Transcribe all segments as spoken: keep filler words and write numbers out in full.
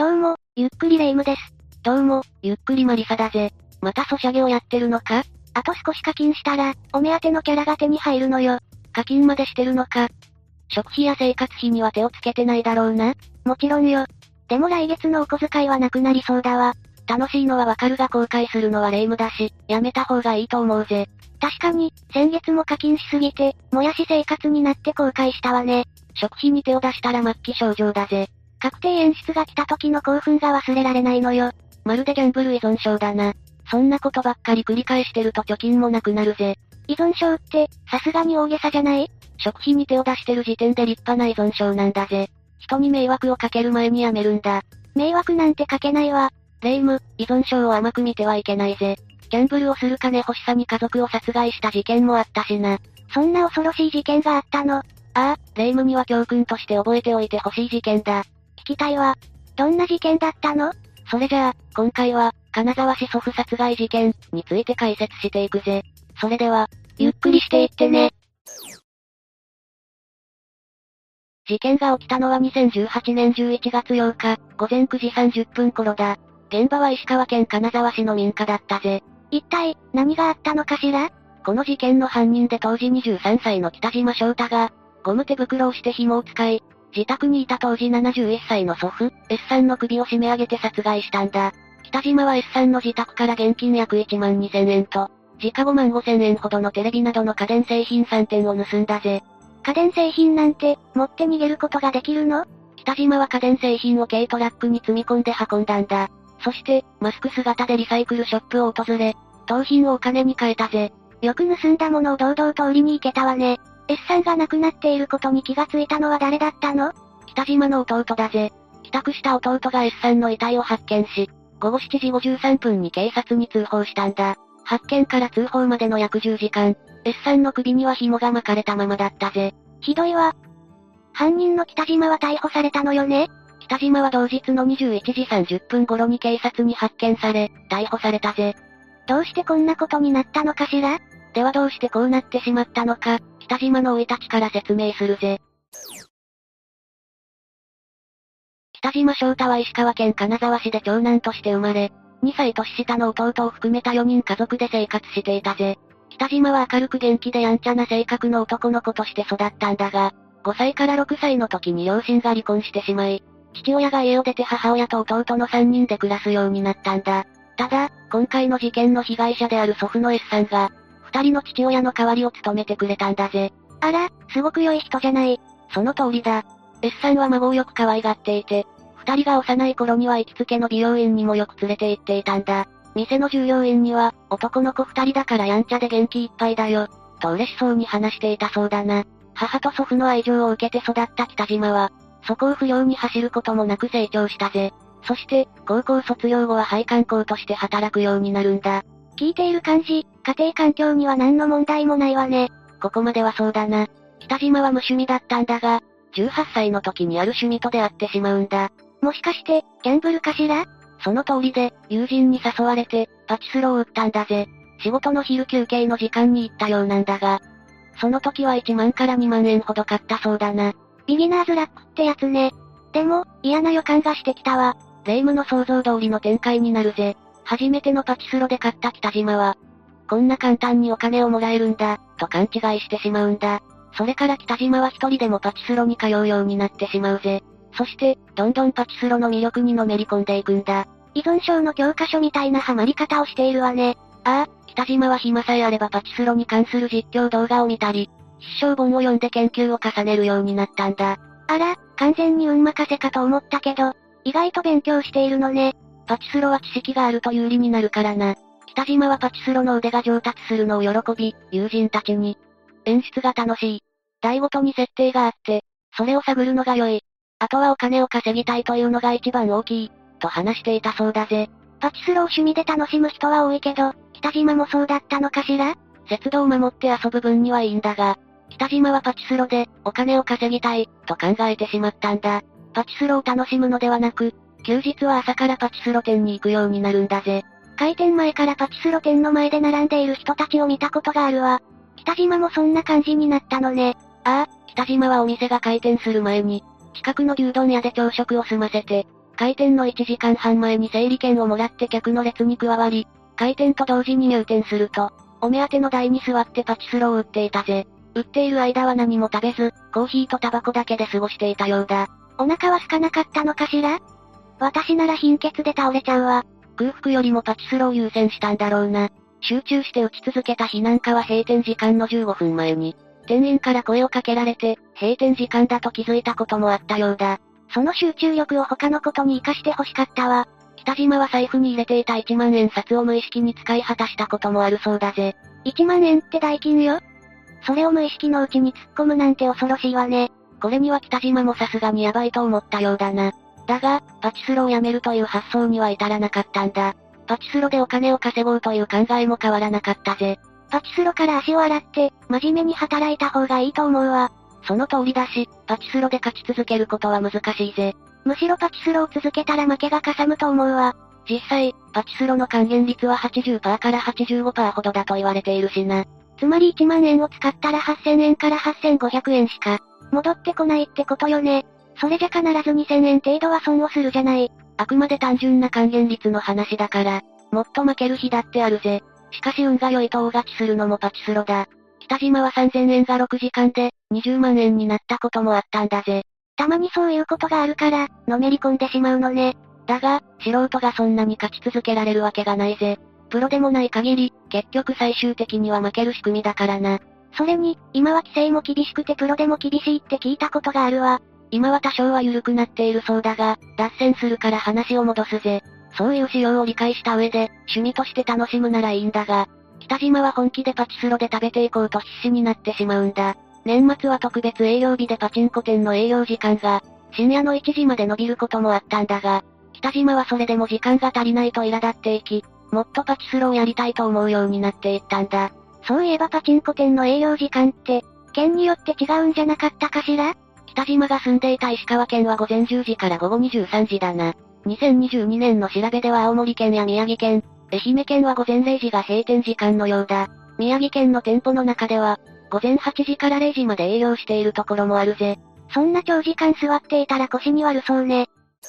どうも、ゆっくりレ夢ムです。 どうも、ゆっくりマリサだぜ。またソシャゲをやってるのか？ あと少し課金したら、お目当てのキャラが手に入るのよ。 課金までしてるのか？食費や生活費には手をつけてないだろうな。 もちろんよ。でも来月のお小遣いはなくなりそうだわ。 楽しいのはわかるが後悔するのはレ夢ムだし、やめた方がいいと思うぜ。 確かに、先月も課金しすぎて、もやし生活になって後悔したわね。 食費に手を出したら末期症状だぜ。 確定演出が来た時の興奮が忘れられないのよ。 まるでギャンブル依存症だな。そんなことばっかり繰り返してると貯金もなくなるぜ。 依存症って、さすがに大げさじゃない？ 食費に手を出してる時点で立派な依存症なんだぜ。人に迷惑をかける前にやめるんだ。 迷惑なんてかけないわ。 レ夢ム、依存症を甘く見てはいけないぜ。ギャンブルをする金欲しさに家族を殺害した事件もあったしな。 そんな恐ろしい事件があったの？ ああ、レ夢ムには教訓として覚えておいてほしい事件だ。 聞きたいわ。どんな事件だったの？ それじゃあ、今回は、金沢市祖父殺害事件について解説していくぜ。それでは、 ゆっくりしていってね。 事件が起きたのはにせんじゅうはちねんじゅういちがつようか、ごぜんくじさんじゅっぷん頃だ。現場は石川県金沢市の民家だったぜ。 一体、何があったのかしら？ この事件の犯人で当時にじゅうさんさいの北島翔太が、ゴム手袋をして紐を使い、自宅にいた当時ななじゅういっさいの祖父、S さんの首を絞め上げて殺害したんだ。北島は S さんの自宅から現金約いちまんにせんえんと、時価ごまんごせんえんほどのテレビなどの家電製品さんてんを盗んだぜ。 家電製品なんて、持って逃げることができるの？ 北島は家電製品を軽トラックに積み込んで運んだんだ。そして、マスク姿でリサイクルショップを訪れ、盗品をお金に換えたぜ。 よく盗んだものを堂々と売りに行けたわね。S さんが亡くなっていることに気がついたのは誰だったの？ 北島の弟だぜ。帰宅した弟が S さんの遺体を発見し、ごごしちじごじゅうさんぷんに警察に通報したんだ。発見から通報までの約じゅうじかん、S さんの首には紐が巻かれたままだったぜ。 ひどいわ。犯人の北島は逮捕されたのよね？ 北島は同日のにじゅういちじさんじゅっぷん頃に警察に発見され、逮捕されたぜ。 どうしてこんなことになったのかしら？ ではどうしてこうなってしまったのか、北島の生い立ちから説明するぜ。北島翔太は石川県金沢市で長男として生まれ、にさい年下の弟を含めたよにん家族で生活していたぜ。北島は明るく元気でやんちゃな性格の男の子として育ったんだが、ごさいからろくさいの時に両親が離婚してしまい、父親が家を出て母親と弟のさんにんで暮らすようになったんだ。ただ、今回の事件の被害者である祖父の S さんが、二人の父親の代わりを務めてくれたんだぜ。 あら、すごく良い人じゃない。 その通りだ。S さんは孫をよく可愛がっていて、二人が幼い頃には行きつけの美容院にもよく連れて行っていたんだ。店の従業員には、男の子二人だからやんちゃで元気いっぱいだよ、と嬉しそうに話していたそうだな。母と祖父の愛情を受けて育った北島は、そこを不良に走ることもなく成長したぜ。そして、高校卒業後は配管工として働くようになるんだ。 聞いている感じ、家庭環境には何の問題もないわね。 ここまではそうだな。北島は無趣味だったんだが、じゅうはっさいの時にある趣味と出会ってしまうんだ。 もしかして、ギャンブルかしら？ その通りで、友人に誘われて、パチスロを打ったんだぜ。仕事の昼休憩の時間に行ったようなんだが、その時はいちまんからにまんえんほど買ったそうだな。 ビギナーズラックってやつね。でも、嫌な予感がしてきたわ。 レ夢ムの想像通りの展開になるぜ。初めてのパチスロで買った北島は、こんな簡単にお金をもらえるんだ、と勘違いしてしまうんだ。それから北島は一人でもパチスロに通うようになってしまうぜ。そして、どんどんパチスロの魅力にのめり込んでいくんだ。 依存症の教科書みたいなハマり方をしているわね。 ああ、北島は暇さえあればパチスロに関する実況動画を見たり、必勝本を読んで研究を重ねるようになったんだ。 あら、完全に運任せかと思ったけど、意外と勉強しているのね。 パチスロは知識があると有利になるからな。北島はパチスロの腕が上達するのを喜び、友人たちに、演出が楽しい。台ごとに設定があって、それを探るのが良い。あとはお金を稼ぎたいというのが一番大きい、と話していたそうだぜ。 パチスロを趣味で楽しむ人は多いけど、北島もそうだったのかしら？ 節度を守って遊ぶ分にはいいんだが、北島はパチスロで、お金を稼ぎたい、と考えてしまったんだ。パチスロを楽しむのではなく、休日は朝からパチスロ店に行くようになるんだぜ。 開店前からパチスロ店の前で並んでいる人たちを見たことがあるわ。北島もそんな感じになったのね。 ああ、北島はお店が開店する前に、近くの牛丼屋で朝食を済ませて、 開店のいちじかんはんまえに整理券をもらって客の列に加わり、開店と同時に入店すると、お目当ての台に座ってパチスロを売っていたぜ。売っている間は何も食べず、コーヒーとタバコだけで過ごしていたようだ。 お腹は空かなかったのかしら？私なら貧血で倒れちゃうわ。 空腹よりもパチスロを優先したんだろうな。集中して打ち続けた日なんかは閉店時間のじゅうごふんまえに、店員から声をかけられて、閉店時間だと気づいたこともあったようだ。 その集中力を他のことに活かして欲しかったわ。 北島は財布に入れていたいちまんえん札を無意識に使い果たしたこともあるそうだぜ。 いちまんえんって大金よ。それを無意識のうちに突っ込むなんて恐ろしいわね。 これには北島もさすがにヤバいと思ったようだな。だが、パチスロをやめるという発想には至らなかったんだ。パチスロでお金を稼ごうという考えも変わらなかったぜ。 パチスロから足を洗って、真面目に働いた方がいいと思うわ。 その通りだし、パチスロで勝ち続けることは難しいぜ。 むしろパチスロを続けたら負けがかさむと思うわ。 実際、パチスロの還元率は はちじゅっパーセント から はちじゅうごパーセント ほどだと言われているしな。 つまりいちまんえんを使ったらはっせんえんからはっせんごひゃくえんしか、戻ってこないってことよね。それじゃ必ずにせんえん程度は損をするじゃない。 あくまで単純な還元率の話だから、もっと負ける日だってあるぜ。しかし運が良いと大勝ちするのもパチスロだ。北島はさんぜんえんがろくじかんで、にじゅうまんえんになったこともあったんだぜ。 たまにそういうことがあるから、のめり込んでしまうのね。 だが、素人がそんなに勝ち続けられるわけがないぜ。プロでもない限り、結局最終的には負ける仕組みだからな。 それに、今は規制も厳しくてプロでも厳しいって聞いたことがあるわ。 今は多少は緩くなっているそうだが、脱線するから話を戻すぜ。そういう仕様を理解した上で、趣味として楽しむならいいんだが、北島は本気でパチスロで食べていこうと必死になってしまうんだ。年末は特別営業日でパチンコ店の営業時間が、深夜のいちじまで伸びることもあったんだが、北島はそれでも時間が足りないと苛立っていき、もっとパチスロをやりたいと思うようになっていったんだ。 そういえばパチンコ店の営業時間って、県によって違うんじゃなかったかしら？ 北島が住んでいた石川県は午前じゅうじから午後にじゅうさんじだな。にせんにじゅうにねんの調べでは青森県や宮城県、愛媛県は午前れいじが閉店時間のようだ。宮城県の店舗の中では、午前はちじかられいじまで営業しているところもあるぜ。 そんな長時間座っていたら腰に悪そうね。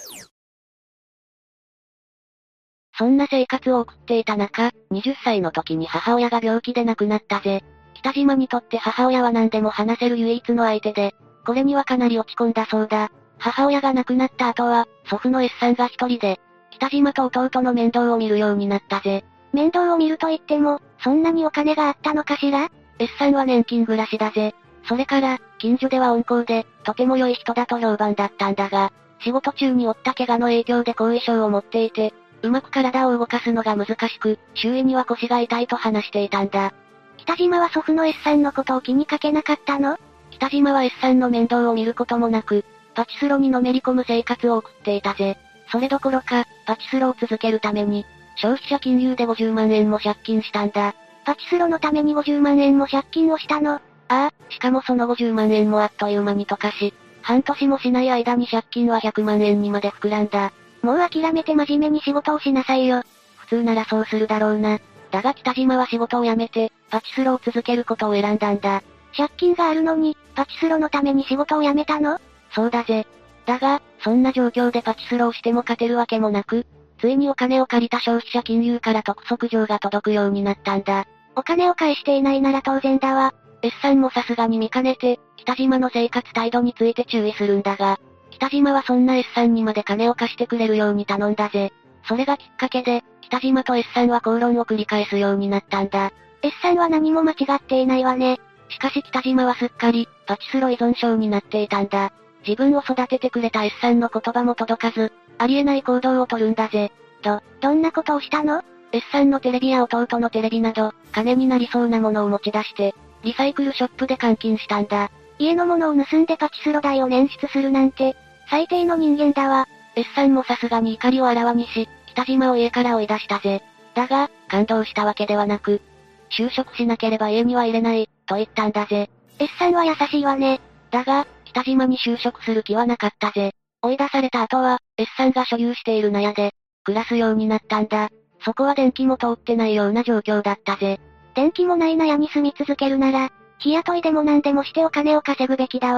そんな生活を送っていた中、はたちの時に母親が病気で亡くなったぜ。北島にとって母親は何でも話せる唯一の相手で、これにはかなり落ち込んだそうだ。母親が亡くなった後は、祖父の S さんが一人で、北島と弟の面倒を見るようになったぜ。 面倒を見ると言っても、そんなにお金があったのかしら？ S さんは年金暮らしだぜ。それから、近所では温厚で、とても良い人だと評判だったんだが、仕事中に負った怪我の影響で後遺症を持っていて、うまく体を動かすのが難しく、周囲には腰が痛いと話していたんだ。 北島は祖父の S さんのことを気にかけなかったの？ 北島は S さんの面倒を見ることもなく、パチスロにのめり込む生活を送っていたぜ。それどころか、パチスロを続けるために、消費者金融でごじゅうまんえんも借金したんだ。 パチスロのためにごじゅうまんえんも借金をしたの？ああ、しかもそのごじゅうまんえんもあっという間に溶かし、半年もしない間に借金はひゃくまんえんにまで膨らんだ。 もう諦めて真面目に仕事をしなさいよ。 普通ならそうするだろうな。だが北島は仕事を辞めて、パチスロを続けることを選んだんだ。 借金があるのに、パチスロのために仕事を辞めたの？ そうだぜ。だが、そんな状況でパチスロをしても勝てるわけもなく、ついにお金を借りた消費者金融から督促状が届くようになったんだ。 お金を返していないなら当然だわ。 S さんもさすがに見かねて、北島の生活態度について注意するんだが、北島はそんな S さんにまで金を貸してくれるように頼んだぜ。それがきっかけで、北島と S さんは口論を繰り返すようになったんだ。 S さんは何も間違っていないわね。 しかし北島はすっかり、パチスロ依存症になっていたんだ。自分を育ててくれた S さんの言葉も届かず、ありえない行動をとるんだぜ。 ど、どんなことをしたの？ S さんのテレビや弟のテレビなど、金になりそうなものを持ち出して、リサイクルショップで換金したんだ。 家のものを盗んでパチスロ代を捻出するなんて、最低の人間だわ。 S さんもさすがに怒りをあらわにし、北島を家から追い出したぜ。だが、感動したわけではなく、就職しなければ家には入れない、と言ったんだぜ。 S さんは優しいわね。 だが、北島に就職する気はなかったぜ。追い出された後は、S さんが所有している納屋で、暮らすようになったんだ。そこは電気も通ってないような状況だったぜ。 電気もない納屋に住み続けるなら、日雇いでも何でもしてお金を稼ぐべきだわ。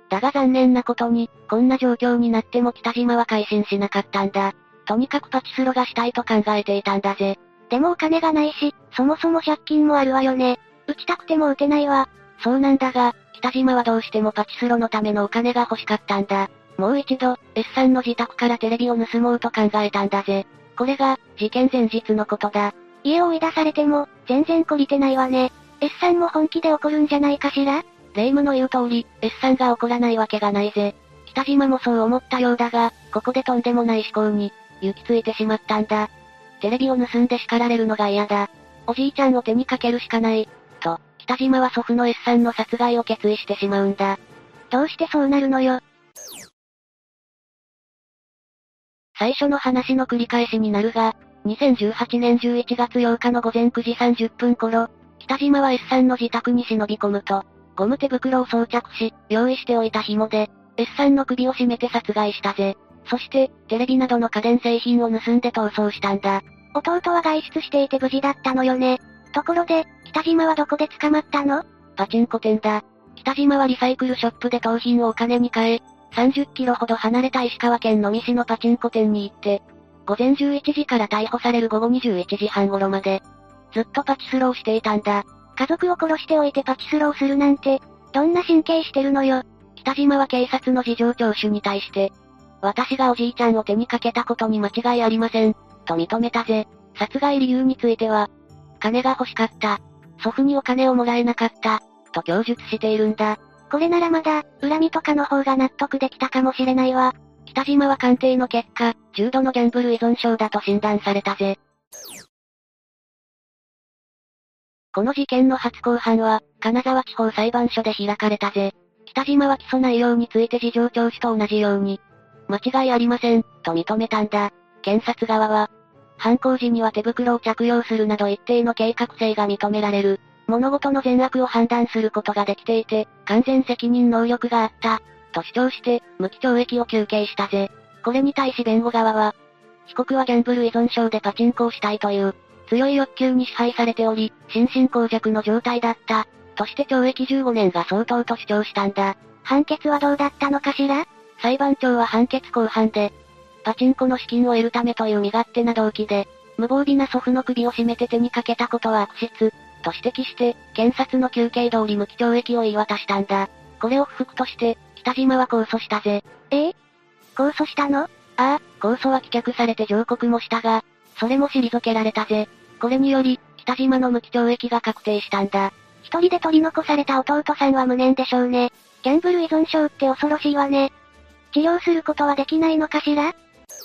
だが残念なことに、こんな状況になっても北島は改心しなかったんだ。とにかくパチスロがしたいと考えていたんだぜ。 でもお金がないし、そもそも借金もあるわよね。打ちたくても打てないわ。 そうなんだが、北島はどうしてもパチスロのためのお金が欲しかったんだ。もう一度、S さんの自宅からテレビを盗もうと考えたんだぜ。これが、事件前日のことだ。 家を追い出されても、全然懲りてないわね。S さんも本気で怒るんじゃないかしら？ 霊夢の言う通り、S さんが怒らないわけがないぜ。北島もそう思ったようだが、ここでとんでもない思考に、行き着いてしまったんだ。テレビを盗んで叱られるのが嫌だ。おじいちゃんを手にかけるしかない。と、北島は祖父の S さんの殺害を決意してしまうんだ。 どうしてそうなるのよ。 最初の話の繰り返しになるが、にせんじゅうはちねんじゅういちがつようかのごぜんくじさんじゅっぷん頃、北島は S さんの自宅に忍び込むと、ゴム手袋を装着し、用意しておいた紐で、S さんの首を絞めて殺害したぜ。そして、テレビなどの家電製品を盗んで逃走したんだ。 弟は外出していて無事だったのよね。ところで、北島はどこで捕まったの？ パチンコ店だ。北島はリサイクルショップで盗品をお金に換え、さんじゅっキロほど離れた石川県能美市のパチンコ店に行って、ごぜんじゅういちじから逮捕されるごごにじゅういちじはん頃まで、ずっとパチスロをしていたんだ。 家族を殺しておいてパチスロをするなんて、どんな神経してるのよ。 北島は警察の事情聴取に対して、私がおじいちゃんを手にかけたことに間違いありません、と認めたぜ。殺害理由については、金が欲しかった。祖父にお金をもらえなかった、と供述しているんだ。 これならまだ、恨みとかの方が納得できたかもしれないわ。 北島は鑑定の結果、重度のギャンブル依存症だと診断されたぜ。この事件の初公判は、金沢地方裁判所で開かれたぜ。北島は起訴内容について事情聴取と同じように、間違いありません、と認めたんだ。検察側は、犯行時には手袋を着用するなど一定の計画性が認められる。物事の善悪を判断することができていて、完全責任能力があった、と主張して、無期懲役を求刑したぜ。これに対し弁護側は、被告はギャンブル依存症でパチンコをしたいという、強い欲求に支配されており、心神耗弱の状態だった、として懲役じゅうごねんが相当と主張したんだ。 判決はどうだったのかしら？ 裁判長は判決公判で、パチンコの資金を得るためという身勝手な動機で、無防備な祖父の首を絞めて手にかけたことは悪質、と指摘して、検察の求刑通り無期懲役を言い渡したんだ。これを不服として、北島は控訴したぜ。 ええ？控訴したの？ ああ、控訴は棄却されて上告もしたが、それも退けられたぜ。これにより、北島の無期懲役が確定したんだ。 一人で取り残された弟さんは無念でしょうね。ギャンブル依存症って恐ろしいわね。治療することはできないのかしら？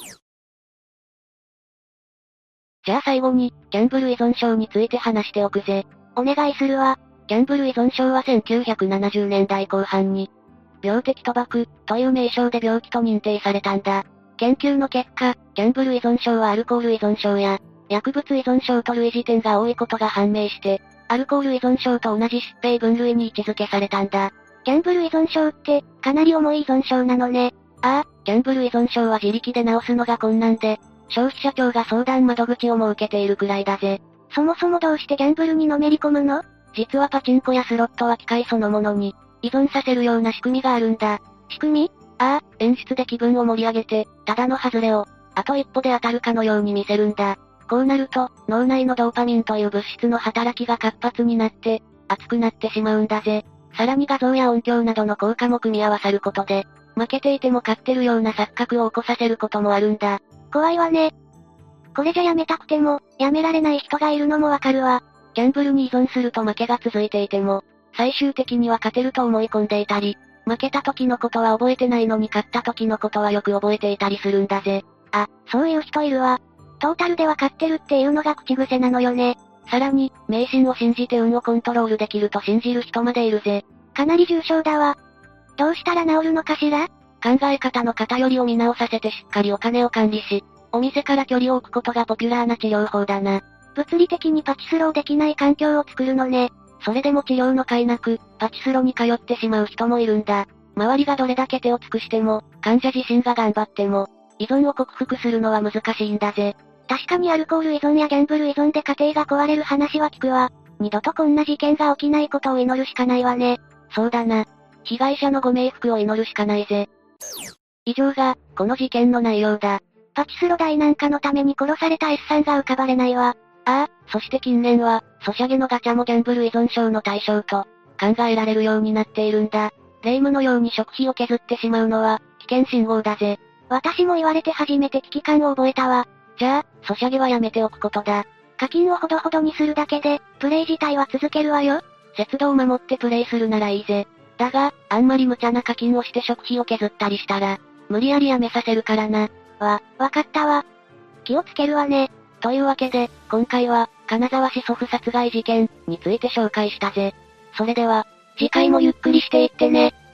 じゃあ最後に、ギャンブル依存症について話しておくぜ。 お願いするわ。 ギャンブル依存症はせんきゅうひゃくななじゅうねんだいこう半に、病的賭博、という名称で病気と認定されたんだ。研究の結果、ギャンブル依存症はアルコール依存症や、薬物依存症と類似点が多いことが判明して、アルコール依存症と同じ疾病分類に位置づけされたんだ。 ギャンブル依存症って、かなり重い依存症なのね。 ああ、ギャンブル依存症は自力で治すのが困難で、消費者庁が相談窓口を設けているくらいだぜ。 そもそもどうしてギャンブルにのめり込むの？ 実はパチンコやスロットは機械そのものに、依存させるような仕組みがあるんだ。 仕組み？ ああ、演出で気分を盛り上げて、ただの外れを、あと一歩で当たるかのように見せるんだ。こうなると、脳内のドーパミンという物質の働きが活発になって、熱くなってしまうんだぜ。さらに画像や音響などの効果も組み合わさることで、負けていても勝ってるような錯覚を起こさせることもあるんだ。 怖いわね。これじゃやめたくても、やめられない人がいるのもわかるわ。 ギャンブルに依存すると負けが続いていても、最終的には勝てると思い込んでいたり、負けた時のことは覚えてないのに勝った時のことはよく覚えていたりするんだぜ。 あ、そういう人いるわ。トータルでは勝ってるっていうのが口癖なのよね。 さらに、迷信を信じて運をコントロールできると信じる人までいるぜ。 かなり重症だわ。どうしたら治るのかしら？ 考え方の偏りを見直させてしっかりお金を管理し、お店から距離を置くことがポピュラーな治療法だな。 物理的にパチスローできない環境を作るのね。 それでも治療の甲斐なく、パチスロに通ってしまう人もいるんだ。周りがどれだけ手を尽くしても、患者自身が頑張っても、依存を克服するのは難しいんだぜ。 確かにアルコール依存やギャンブル依存で家庭が壊れる話は聞くわ。二度とこんな事件が起きないことを祈るしかないわね。 そうだな。 被害者のご冥福を祈るしかないぜ。以上が、この事件の内容だ。 パチスロ代なんかのために殺された S さんが浮かばれないわ。 ああ、そして近年は、ソシャゲのガチャもギャンブル依存症の対象と、考えられるようになっているんだ。霊夢のように食費を削ってしまうのは、危険信号だぜ。 私も言われて初めて危機感を覚えたわ。 じゃあ、ソシャゲはやめておくことだ。 課金をほどほどにするだけで、プレイ自体は続けるわよ。 節度を守ってプレイするならいいぜ。だが、あんまり無茶な課金をして食費を削ったりしたら、無理やりやめさせるからな。 わ、わかったわ。気をつけるわね。 というわけで、今回は、金沢市祖父殺害事件について紹介したぜ。それでは、次回もゆっくりしていってね。